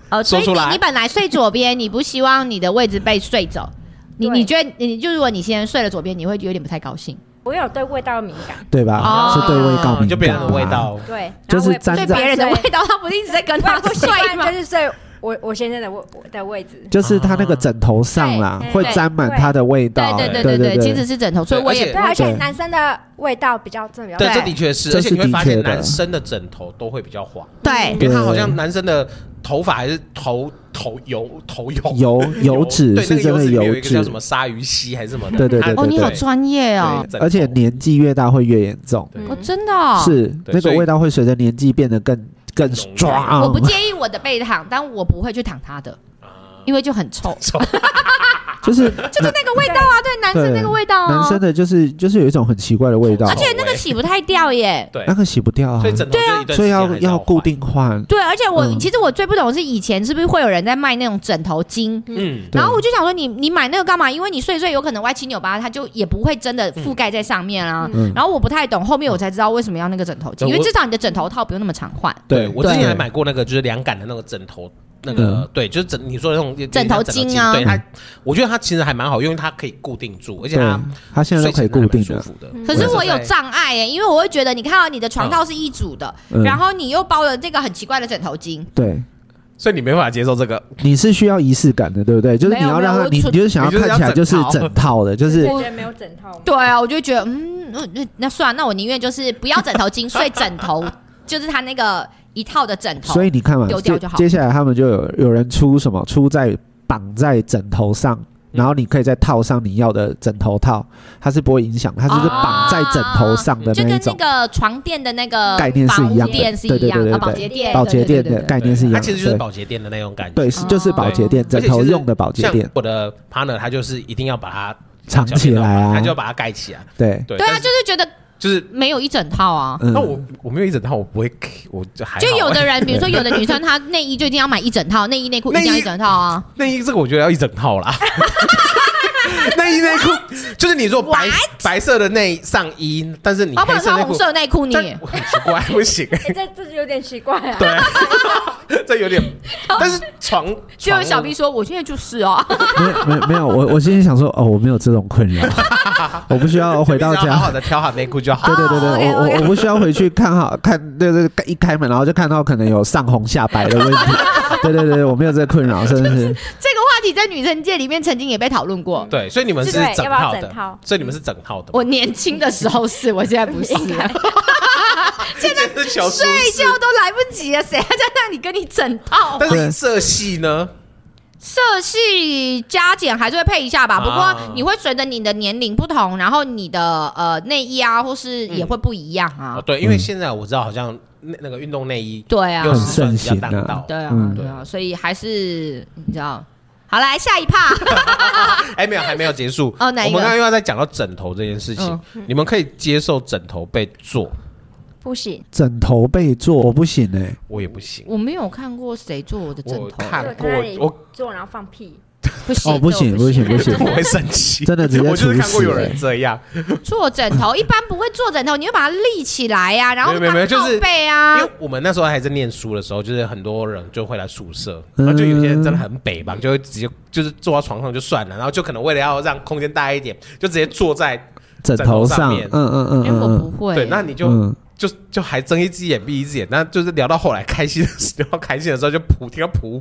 所以你本来睡左边，你不希望你的位置被睡走，你觉得就如果你先睡了左边，你会有点不太高兴。 我有对味道敏感， 对吧？是对味道敏感， 就别人的味道， 对， 就是对别人的味道，他不是一直在跟他睡吗？ 就是睡我先生的位置， 就是他那个枕头上啦，会沾满他的味道。 对，其实是枕头，所以我也对，而且男生的味道比较正。 对，这的确是，而且你会发现男生的枕头都会比较滑， 对， 因为他好像男生的头发还是头油脂，是真的油脂， 有一个叫什么鲨鱼烯还是什么的。 对， 哦，你好专业哦， 而且年纪越大会越严重。 哦，真的是那个味道会随着年纪变得更 strong。 我不介意我的被躺，但我不会去躺他的，因为就很臭。就是那个味道啊，对，男生那个味道啊， 男生的就是有一种很奇怪的味道， 而且那个洗不太掉耶， 对，那个洗不掉啊，所以要固定换。 对，而且其实我最不懂的是以前是不是会有人在卖那种枕头巾，然后我就想说你买那个干嘛？因为你睡有可能歪七扭八，它就也不会真的覆盖在上面啊。然后我不太懂，后面我才知道为什么要那个枕头巾，因为至少你的枕头套不用那么常换。 对，我之前还买过那个就是凉感的那个枕头。那个对，就是你说的那种枕头巾啊， 对它，我觉得它其实还蛮好，因为它可以固定住，而且它现在都可以固定的。 可是我有障碍耶，因为我会觉得你看到你的床套是一组的，然后你又包了这个很奇怪的枕头巾， 对， 所以你没办法接受这个。 你是需要仪式感的，对不对？就是你要让它，你就是想要看起来就是整套的，就是没有整套。 对啊，我就觉得那算了，那我宁愿就是不要枕头巾，睡枕头，就是它那个。一套的枕头， 所以你看嘛， 丢掉就好。 接下来他们就有人出什么出在绑在枕头上，然后你可以再套上你要的枕头套，它是不会影响，它就是绑在枕头上的那一种， 就跟那个床垫的那个概念是一样的， 对， 保洁垫的概念是一样的， 它其实就是保洁垫的那种感觉， 对，就是保洁垫，枕头用的保洁垫。 我的 partner 他就是一定要把它藏起来啊， 他就要把它盖起来， 对啊，就是觉得。 就是没有一整套啊， 那我没有一整套，我不会，我就还好。 就有的人，比如说有的女生，她内衣就一定要买一整套，内衣内裤一定要一整套啊。 内衣这个我觉得要一整套啦。内衣内裤就是你说白色的上衣，但是你黑色内裤、 红色内裤你很奇怪，不行。 这有点奇怪啊。 对，这有点。但是床就有小 B 说，我现在就是哦。 没有，我心里想说，我没有这种困扰，我不需要回到家好好的挑好内裤就好。 对，我不需要回去看那个一开门，然后就看到可能有上红下白的问题。对，我没有这个困扰，真的是。 这个话题在女生界里面曾经也被讨论过。 对，所以你们是整套的，所以你们是整套的。 我年轻的时候是，我现在不是了。现在睡觉都来不及了，谁还在那里跟你整套？ 但是色系呢？ 色系加减还是会配一下吧，不过你会随着你的年龄不同，然后你的内衣啊，或是也会不一样啊。 对，因为现在我知道好像那个运动内衣对啊， 又是算比较当道， 对啊，所以还是你知道。好，来下一趴。 还没有结束。 哦，哪一个？ 我们刚刚又要再讲到枕头这件事情，你们可以接受枕头被做？ 不行， 枕头被做我不行哎， 我也不行。 我没有看过谁做我的枕头， 我看过我做然后放屁。 不行， 不行， 我会生气， 真的直接我就是看过有人这样做枕头，一般不会做枕头，你会把它立起来呀，然后没有就是背啊。 因为我们那时候还在念书的时候，就是很多人就会来宿舍，然后就有些人真的很北吧，就会直接就是坐到床上就算了，然后就可能为了要让空间大一点，就直接坐在枕头上面。 我不会。 对，那你就还睁一只眼闭一只眼，那就是聊到后来开心的时候就听到噗。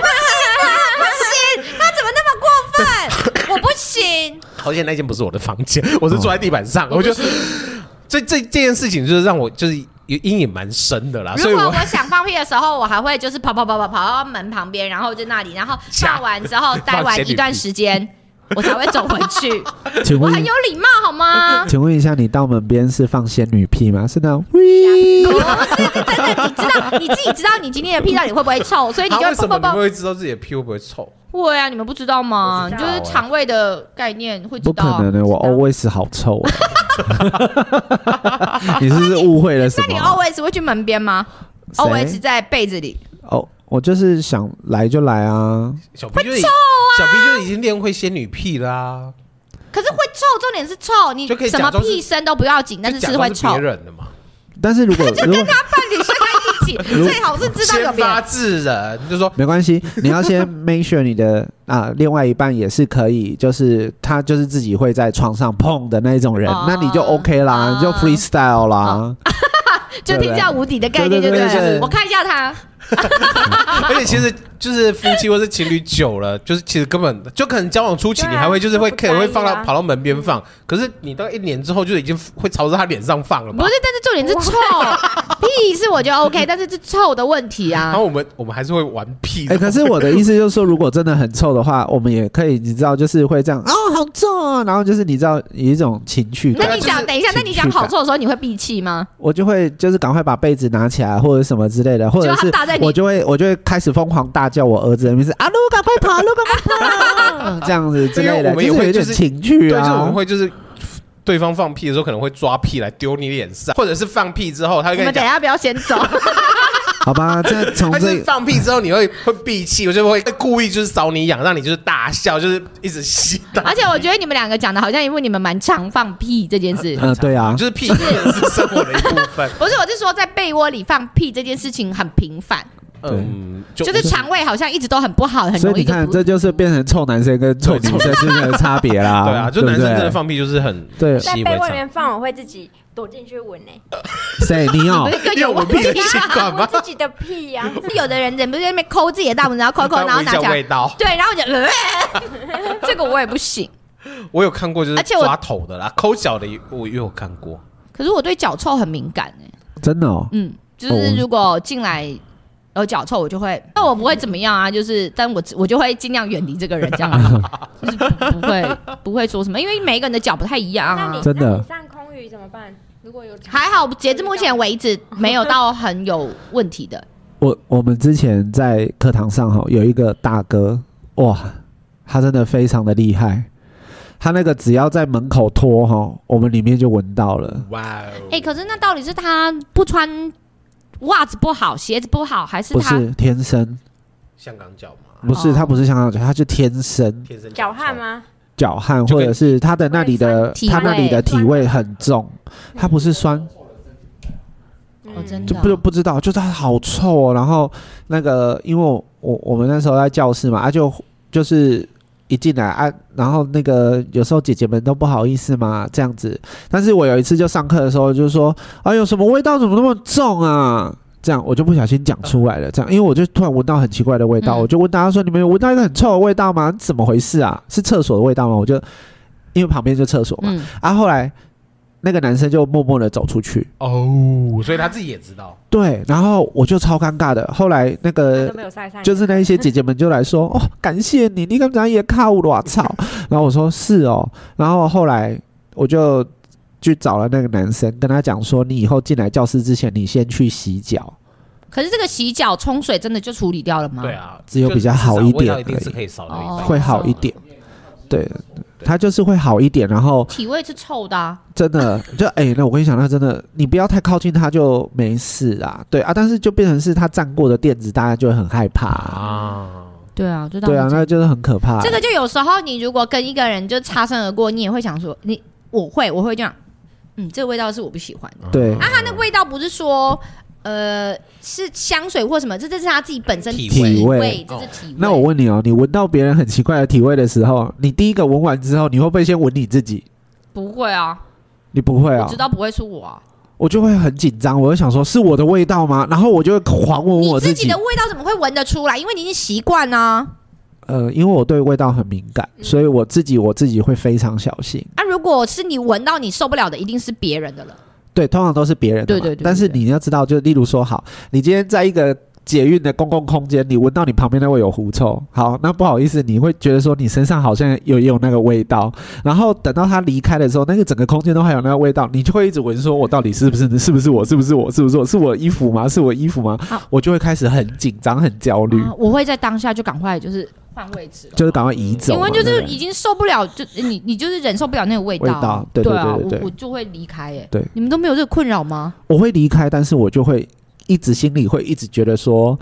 他怎么那么过分？我不行。 好险那间不是我的房间，我是坐在地板上。我就这件事情就是让我就是阴影蛮深的啦。 如果我想放屁的时候，我还会就是跑到门旁边，然后就那里，然后放完之后待完一段时间，我才会走回去。我很有礼貌好吗？ 请问一下，你到门边是放仙女屁吗？是那种？ 真的，你自己知道你今天的屁到底会不会臭，所以你就为什么你们会知道自己的屁会不会臭？ 会啊，你们不知道吗？就是肠胃的概念会知道。 不可能的，我 always 好臭。你是不是误会了什么？ 那你 always 会去门边吗 ？always 在被子里。 我就是想来就来啊。 小 B 就是已经练会仙女屁啦。 可是会臭，重点是臭，你什么屁声都不要紧，但是会臭。 别人的嘛。 但是如果就跟他伴侣睡在一起，最好是知道有别人。 先发制人，就说没关系，你要先 make sure 你的另外一半也是可以，就是他就是自己会在床上碰的那一种人，那你就 OK 啦，你就 freestyle 啦， 就听叫无敌的概念，就对。我看一下他。 而且其实就是夫妻或是情侣久了，就是其实根本就可能交往初期，你还会就是会可能会跑到门边放，可是你大概1年之后就已经会朝着他脸上放了吧？ 不是，但是重点是臭屁是我觉得 OK， 但是是臭的问题啊。 然后我们还是会玩屁。 可是我的意思就是说，如果真的很臭的话，我们也可以，你知道，就是会这样好臭啊，然后就是你知道有一种情绪感。 那你讲等一下，那你讲好臭的时候，你会闭气吗？ 我就会就是赶快把被子拿起来或者什么之类的，或者是我就会开始疯狂大叫我儿子的名字，阿鲁赶快跑，阿鲁赶快跑，这样子之类的， 我们也会有点情绪啊。 对，就是我们会就是对方放屁的时候可能会抓屁来丢你脸上，或者是放屁之后他会跟你讲， 我们等一下不要先走。 好吧，这从这放屁之后你会闭气，我就会故意就是搔你痒，让你就是大笑，就是一直吸。 而且我觉得你们2个讲的好像因为你们蛮常放屁这件事。 对啊， 就是屁是生活的一部分。 不是，我是说在被窝里放屁这件事情很频繁。就是肠胃好像一直都很不好，很容易。 所以你看，这就是变成臭男生跟臭女生之间的差别啦。 对啊，就男生真的放屁就是很对， 在被窝里面放，我会自己躲进去闻谁？你有闻屁的习惯吗？ 自己的屁呀。 有的人不是在那边抠自己的大拇指，然后抠，然后拿起来味道。 对，然后就这个我也不行。 我有看过，就是抓头的啦，抠脚的我也有看过。 可是我对脚臭很敏感真的哦。 就是如果进来有脚臭，我就会，但我不会怎么样啊，就是但我就会尽量远离这个人，这样就是不会说什么，因为每一个人的脚不太一样啊。 真的。 那你上空域怎么办？如果有还好，截至目前为止没有到很有问题的。 我们之前在课堂上有一个大哥，哇，他真的非常的厉害。他那个只要在门口拖我们里面就闻到了。 哇哦！ 可是那到底是他不穿袜子不好，鞋子不好，还是他不是天生香港脚吗？ 不是，他不是香港脚，他就天生脚汗吗？ 脚汗，或者是他的那里的体味很重，他不是酸。 真的就不知道，就是他好臭然后那个，因为我们那时候在教室嘛，就是一进来然后那个有时候姐姐们都不好意思嘛，这样子。但是我有一次就上课的时候就说，哎呦，什么味道怎么那么重啊？这样我就不小心讲出来了，这样，因为我就突然闻到很奇怪的味道，我就问大家说，你们有闻到一个很臭的味道吗？怎么回事啊？是厕所的味道吗？我就因为旁边就厕所嘛，后来那个男生就默默的走出去所以他自己也知道。 对，然后我就超尴尬的。后来那个就是那一些姐姐们就来说，哦，感谢你，你刚才也靠我操。然后我说是哦，然后后来我就去找了那个男生，跟他讲说，你以后进来教室之前，你先去洗脚。 可是这个洗脚冲水真的就处理掉了吗？ 对啊， 只有比较好一点， 一定是可以少掉一半， 会好一点。对，它就是会好一点，然后体味是臭的真的就那我跟你讲，那真的你不要太靠近它就没事啊。对啊，但是就变成是它站过的垫子，大家就会很害怕对啊， 那就是很可怕。 这个就有时候你如果跟一个人就擦身而过，你也会想说，我会这样，这个味道是我不喜欢的。 对它那个味道不是说是香水或什么，这是他自己本身体味，这是体味。 那我问你你闻到别人很奇怪的体味的时候，你第一个闻完之后，你会不会先闻你自己？ 不会啊， 你不会我知道不会是我啊。 我就会很紧张，我就想说是我的味道吗？然后我就会狂闻我自己。 你自己的味道怎么会闻得出来？因为你已经习惯啊。 因为我对味道很敏感，所以我自己会非常小心。 如果是你闻到你受不了的，一定是别人的了。 对，通常都是别人的嘛。对。但是你要知道，就例如说，好，你今天在一个捷运的公共空间，你闻到你旁边那味有狐臭，好，那不好意思，你会觉得说你身上好像也有那个味道，然后等到他离开的时候，那个整个空间都还有那个味道，你就会一直闻，说我到底是不是我，是我衣服吗？是我衣服吗？我就会开始很紧张、很焦虑。 我会在当下就赶快就是换位置， 就是赶快移走， 因为就是已经受不了，就你就是忍受不了那个味道。 对我就会离开。 对， 你们都没有这个困扰吗？ 我会离开，但是我就会一直心里会一直觉得说，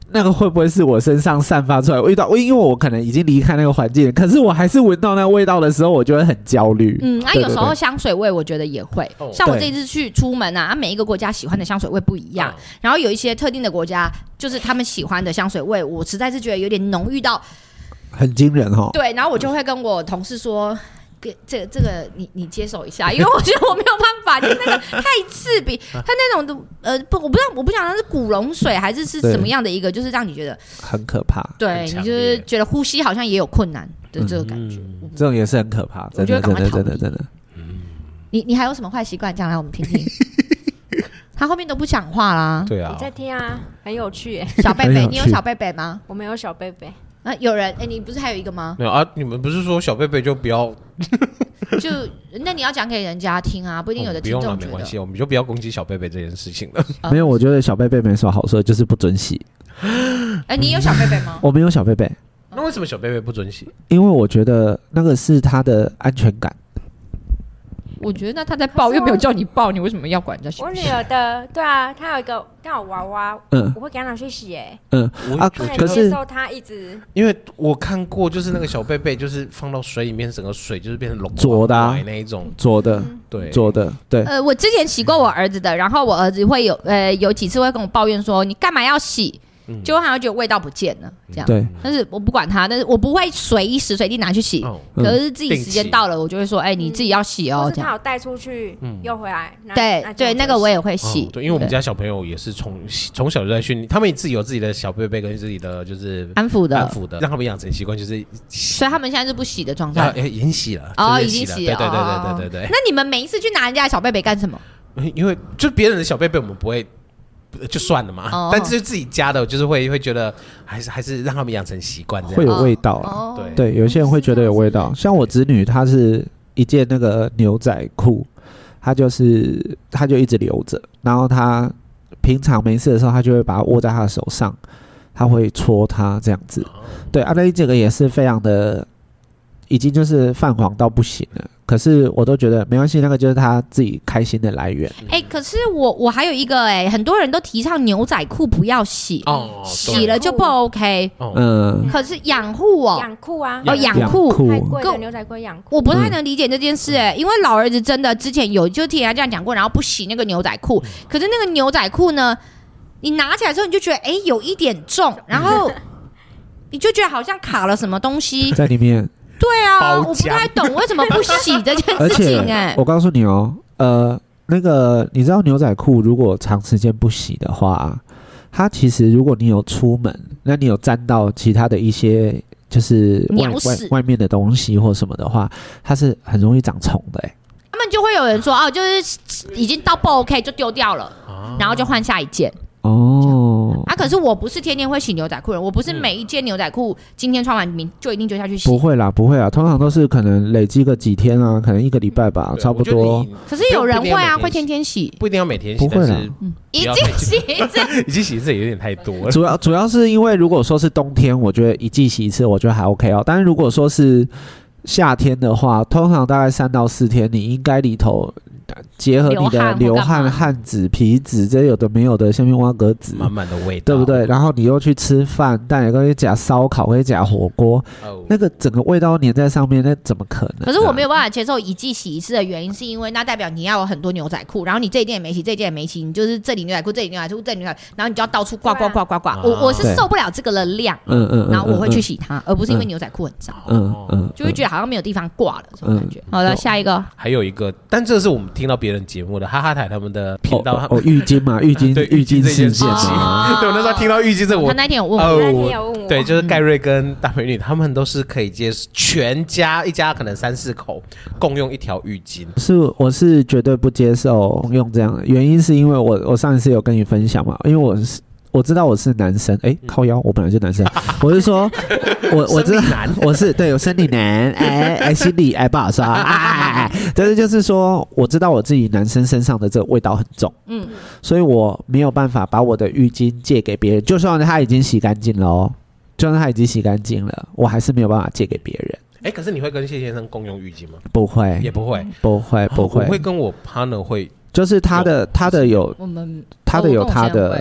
那个会不会是我身上散发出来味道？因为我可能已经离开那个环境，可是我还是闻到那个味道的时候，我就会很焦虑。 有时候香水味我觉得也会，像我这一次去出门啊，每一个国家喜欢的香水味不一样，然后有一些特定的国家，就是他们喜欢的香水味，我实在是觉得有点浓郁到很惊人哦。 对，然后我就会跟我同事说。这个你接手一下，因为我觉得我没有办法，就是那个太刺鼻，它那种的我不想那是古龙水还是什么样的一个，就是让你觉得很可怕。 对，你就是觉得呼吸好像也有困难的这个感觉， 这种也是很可怕，真的真的。 你还有什么坏习惯？讲来我们听听。他后面都不讲话啦。 对啊， 你在听啊，很有趣耶。 小贝贝，你有小贝贝吗？ 我没有小贝贝。 有人你不是还有一个吗？ 没有啊，你们不是说小贝贝就不要？ 那你要讲给人家听啊，不一定有的听众觉得。 不用了，没关系，我们就不要攻击小贝贝这件事情了。 没有，我觉得小贝贝没什么好说，就是不准洗。 你有小贝贝吗？ 我没有小贝贝。 那为什么小贝贝不准洗？ 因为我觉得那个是他的安全感。 我觉得那他在抱又没有叫你抱，你为什么要管人家洗？ 我女儿的，对啊，她有一个刚好娃娃，我会给她拿去洗可是接受她一直， 因为我看过，就是那个小贝贝，就是放到水里面，整个水就是变成龙浊的那一种， 浊的， 对， 浊的，对。 我之前洗过我儿子的，然后我儿子会有几次会跟我抱怨说，你干嘛要洗？结果好像觉得味道不见了，这样。对，但是我不管他，但是我不会随时随地拿去洗。可是自己时间到了，我就会说，你自己要洗哦。 这样。他有带出去，又回来。 对，那个我也会洗。 对，因为我们家小朋友也是从小就在训练，他们自己有自己的小贝贝跟自己的就是安抚的， 让他们养成习惯，就是。 所以他们现在是不洗的状态。 已经洗了。 已经洗了。 对。 那你们每一次去拿人家的小贝贝干什么？ 因为就别人的小贝贝，我们不会。就算了嘛，但是自己家的，就是会觉得还是让他们养成习惯， 会有味道啦。对，有些人会觉得有味道。像我侄女，她是一件那个牛仔裤，她就一直留着，然后她平常没事的时候，她就会把它握在她的手上，她会搓它这样子。对，那这个也是非常的，已经就是泛黄到不行了。可是我都觉得没关系，那个就是他自己开心的来源。 可是我还有一个很多人都提倡牛仔裤不要洗，洗了就不 OK。可是养裤养裤啊， 养裤太贵的牛仔裤养裤， 我不太能理解这件事因为老儿子真的之前就听人家这样讲过，然后不洗那个牛仔裤，可是那个牛仔裤呢，你拿起来之后你就觉得有一点重，然后你就觉得好像卡了什么东西在里面。 对啊，我不太懂为什么不洗这件事情我告诉你那个你知道牛仔裤如果长时间不洗的话，它其实如果你有出门，那你有沾到其他的一些就是外面的东西或什么的话，它是很容易长虫的他们就会有人说就是已经到不 OK 就丢掉了，然后就换下一件。可是我不是天天会洗牛仔裤的人，我不是每一件牛仔裤今天穿完就一定就下去洗。 不会啦，通常都是可能累积个几天啊，可能1个礼拜吧，差不多。 可是有人会会天天洗， 不一定要每天洗， 不会啦， 已经洗一次， 已经洗一次有点太多了。 主要是因为如果说是冬天，我觉得一季洗一次，我觉得还 OK 但是如果说是夏天的话，通常大概3到4天，你应该里头。结合你的流汗、汗脂、皮脂，这有的没有的，下面挖格子， 满满的味道， 对不对？然后你又去吃饭，但也可以夹烧烤，可以夹火锅，那个整个味道粘在上面，那怎么可能？ 可是我没有办法接受一季洗一次的原因，是因为那代表你要有很多牛仔裤，然后你这一件也没洗，这一件也没洗，你就是这里牛仔裤，这里牛仔裤，这里牛仔裤，然后你就要到处挂。我是受不了这个的量，然后我会去洗它，而不是因为牛仔裤很脏，就会觉得好像没有地方挂了这种感觉。好了，下一个， 还有一个，但这是我们听到别人节目的哈哈台他们的频道， 浴巾嘛，浴巾事件对，我那时候听到浴巾这个， 他那天有问我， 对，就是盖瑞跟大美女他们都是可以接受全家一家可能3、4口共用一条浴巾。 我是绝对不接受用这样的，原因是因为我上一次有跟你分享嘛，因为我知道我是男生，靠腰，我本来就男生。我是说，我知道我是对，我生理男，心里不好说，但是就是说，我知道我自己男生身上的这个味道很重，所以我没有办法把我的浴巾借给别人，就算他已经洗干净了我还是没有办法借给别人。 可是你会跟谢先生共用浴巾吗？ 不会， 也不会， 不会。 我会跟我 partner 会， 就是他的有他的。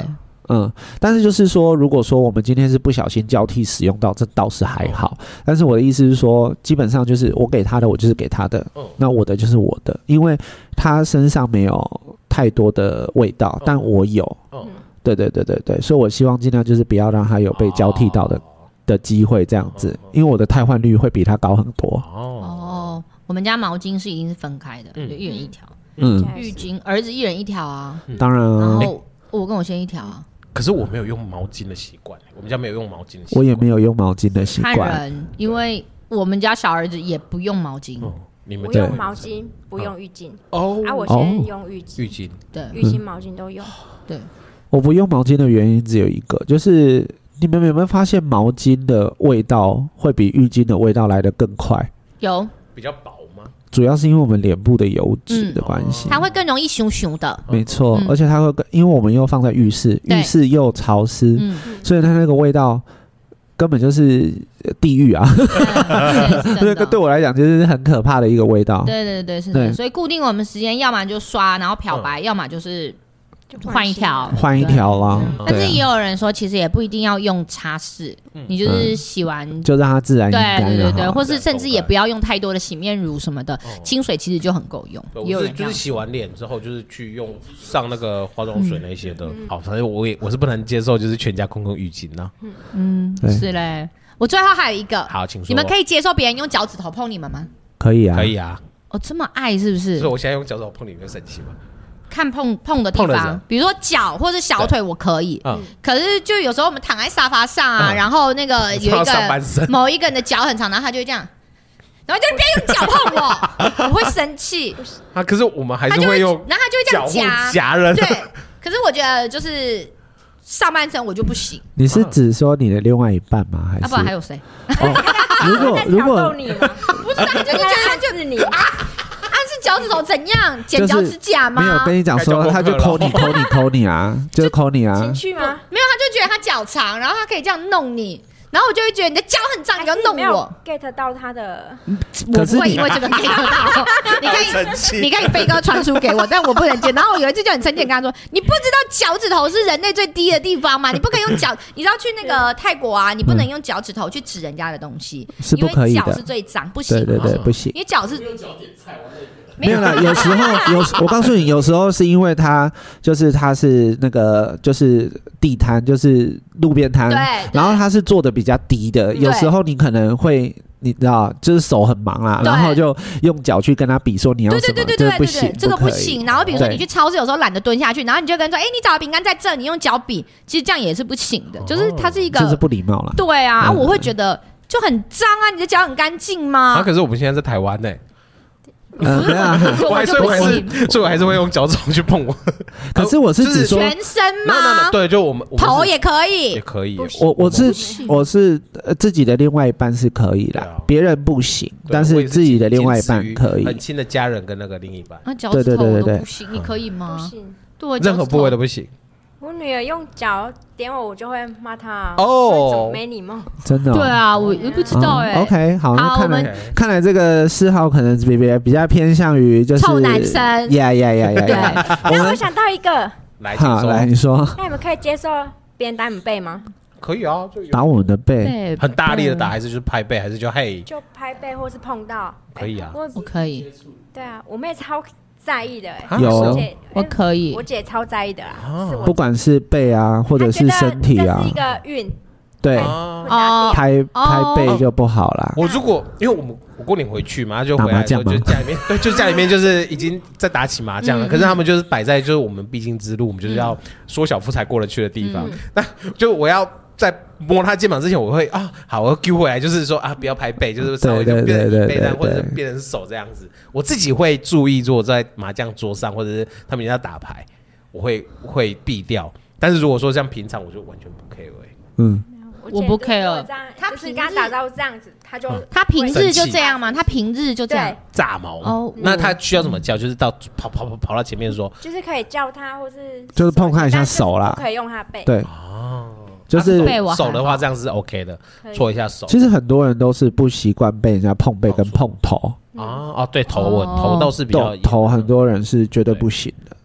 但是就是说，如果说我们今天是不小心交替使用到，这倒是还好。但是我的意思是说，基本上就是我给他的，我就是给他的，那我的就是我的，因为他身上没有太多的味道，但我有。对，所以我希望尽量就是不要让他有被交替到的机会，这样子，因为我的汰换率会比他高很多。 我们家毛巾是一定是分开的，就一人一条。浴巾儿子一人一条啊， 当然啊。 然后我跟我先一条啊。 可是我没有用毛巾的习惯，我们家没有用毛巾的习惯。 我也没有用毛巾的习惯。 看人，因为我们家小儿子也不用毛巾。 我用毛巾，不用浴巾。我先用浴巾。对，浴巾、毛巾都用。 对， 我不用毛巾的原因只有一个，就是你们有没有发现毛巾的味道会比浴巾的味道来得更快？ 有， 比较薄吗？ 主要是因为我们脸部的油脂的关系， 它会更容易熊熊的。 没错，而且它会因为我们又放在浴室，浴室又潮湿，所以它那个味道根本就是地狱啊！那个对我来讲就是很可怕的一个味道。 对，是的。所以固定我们时间，要么就刷，然后漂白，要么就是换一条啦。 但是也有人说，其实也不一定要用擦拭，你就是洗完就让它自然干。 对，或是甚至也不要用太多的洗面乳什么的，清水其实就很够用。 就是洗完脸之后，就是去用上那个化妆水那些的。好，反正我是不能接受，就是全家空浴巾呢。 是嘞。我最后还有一个， 好，请说。 你们可以接受别人用脚趾头碰你们吗？ 可以啊， 可以啊。 这么爱是不是？ 所以我现在用脚趾头碰你，你会生气吗？ 看碰的地方，比如说脚或者小腿，我可以。可是就有时候我们躺在沙发上啊，然后那个有一个某一个人的脚很长，然后他就会这样，然后就别用脚碰我，我会生气。 可是我们还是会用， 然后他就会这样夹人。 对，可是我觉得就是上半身我就不行。 你是指说你的另外一半吗？还是？ 不然还有谁？ 如果你吗？ 不是，就是他就是你啊。是脚趾头怎样剪脚趾甲吗？ 没有跟你讲说，他就抠你啊，就是抠你啊。 情趣吗？ 没有，他就觉得他脚长，然后他可以这样弄你，然后我就会觉得你的脚很长，你要弄我。 get 到他的， 我不会因为这个 get 到。你可以飞鸽传书给我，但我不能接。然后我有一次就很生气，跟他说：“你不知道脚趾头是人类最低的地方吗？你不可以用脚。你知道去那个泰国啊，你不能用脚趾头去指人家的东西， 是不可以的， 因为脚是最脏，不行。 对，不行。 因为脚是。” 没有啦，有时候我告诉你，有时候是因为它是那个就是地摊，就是路边摊，然后它是做的比较低的，有时候你可能会你知道，就是手很忙啦，然后就用脚去跟他比说你要什么， 对， 不行， 这个不行。然后比如说你去超市，有时候懒得蹲下去，然后你就跟人说，你找的饼干在这，你用脚比，其实这样也是不行的，就是它是一个， 就是不礼貌啦。 对啊，我会觉得就很脏啊，你的脚很干净吗？ 可是我们现在在台湾呢。 对啊， 所以我还是会用脚趾头去碰我。 可是我是指说全身吗？ 对，就我们头也可以， 也可以。 我是自己的另外一半是可以啦，别人不行，但是自己的另外一半可以。 很亲的家人跟那个另一半， 脚趾头我都不行，你可以吗？ 不行， 对， 任何部位都不行。 我女儿用脚点我就会骂她没礼貌。 真的？ 对啊，我不知道 OK， 好，那看来这个嗜好可能比较偏向于就是臭男生。 呀。 对， 那我想到一个， 来你说。 那你们可以接受别人打你们背吗？ 可以啊， 打我们的背， 很大力的打，还是就是拍背，还是就嘿？ 就拍背或是碰到。 可以啊， 我可以。 对啊，我妹超在意的有， 我可以， 我姐超在意的啦， 不管是背啊，或者是身体啊， 这是一个运， 对，拍背就不好啦。 我如果因为我过年回去嘛，就回来就家里面，对，就家里面就是已经在打起麻将了，可是他们就是摆在就是我们必经之路，我们就是要缩小夫才过得去的地方，那就我要。在摸他肩膀之前，我会好，我要丢回来，就是说不要拍背，就是稍微就变成背单或者变成手这样子。我自己会注意，如果在麻将桌上或者是他们家打牌，我会避掉。但是如果说像平常，我就完全不 care。 我不 care。 他就是跟他打招呼这样子， 他平日就这样吗？他平日就这样炸毛那他需要怎么叫？就是到跑到前面说， 就是可以叫他，或是就是碰他一下手啦， 不可以用他背。 对就是手的话，这样是 OK 的，搓一下手。 其实很多人都是不习惯被人家碰背跟碰头。 对，头倒是比较头很多人是绝对不行的。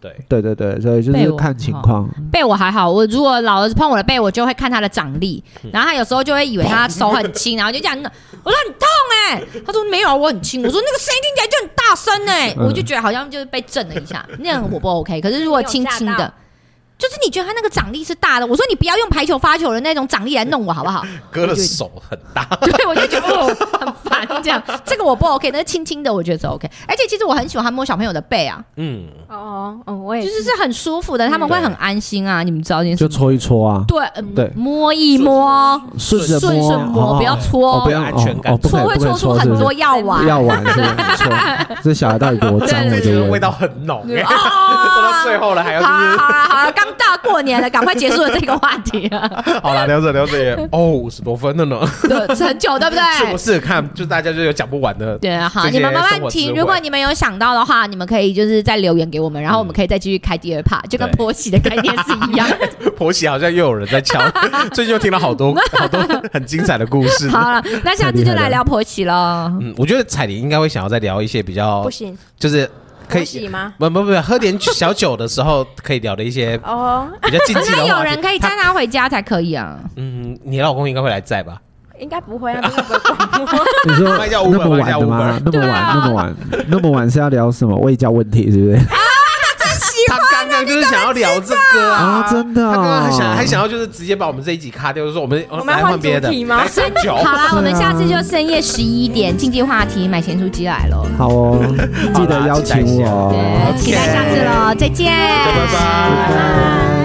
对，所以就是看情况。 背我还好，我如果老儿子碰我的背，我就会看他的掌力，然后他有时候就会以为他手很轻，然后就这样，我说很痛他说没有，我很轻，我说那个声音听起来就很大声我就觉得好像就是被震了一下，那样我不 OK。可是如果轻轻的。就是你觉得他那个掌力是大的，我说你不要用排球发球的那种掌力来弄我好不好？ 哥的手很大， 对，我就觉得很烦这样。这个我不 OK， 但是轻轻的我觉得是 OK。而且其实我很喜欢摸小朋友的背啊， 我也就是很舒服的，他们会很安心啊。你们知道就搓一搓啊， 对，摸一摸， 顺着摸， 不要搓， 不要安全感， 搓会搓出很多药丸， 是不是？搓，这小孩到底多脏？我觉得味道很浓做到最后了还要就是。 好了，刚到过年了，赶快结束了这个话题了。 好了，聊着也50多分了呢。 对，很久，对不对？ 是不是？看，就大家就有讲不完的。 对，好，你们慢慢听。如果你们有想到的话，你们可以就是再留言给我们，然后我们可以再继续开第2 part，就跟婆媳的概念是一样。 婆媳好像又有人在敲，最近又听到好多很精彩的故事。 好了，那下次就来聊婆媳了。 我觉得彩玲应该会想要再聊一些比较不行， 就是可以洗吗？ 不，喝点小酒的时候可以聊的一一些比较禁忌的话题。 那有人可以载他回家才可以啊。 你老公应该会来载吧？ 应该不会啊，不会广播。 你说那么晚的吗？那么晚是要聊什么卫教问题？是不是？ 他刚刚就是想要聊这个啊， 真的， 他刚刚还想要就是直接把我们这一集卡掉，就是说我们来换别的，来喝酒。 好啦，我们下次就深夜11点禁忌话题，买咸酥鸡来了。 好哦，记得邀请我， 期待下次喽，再见， 拜拜。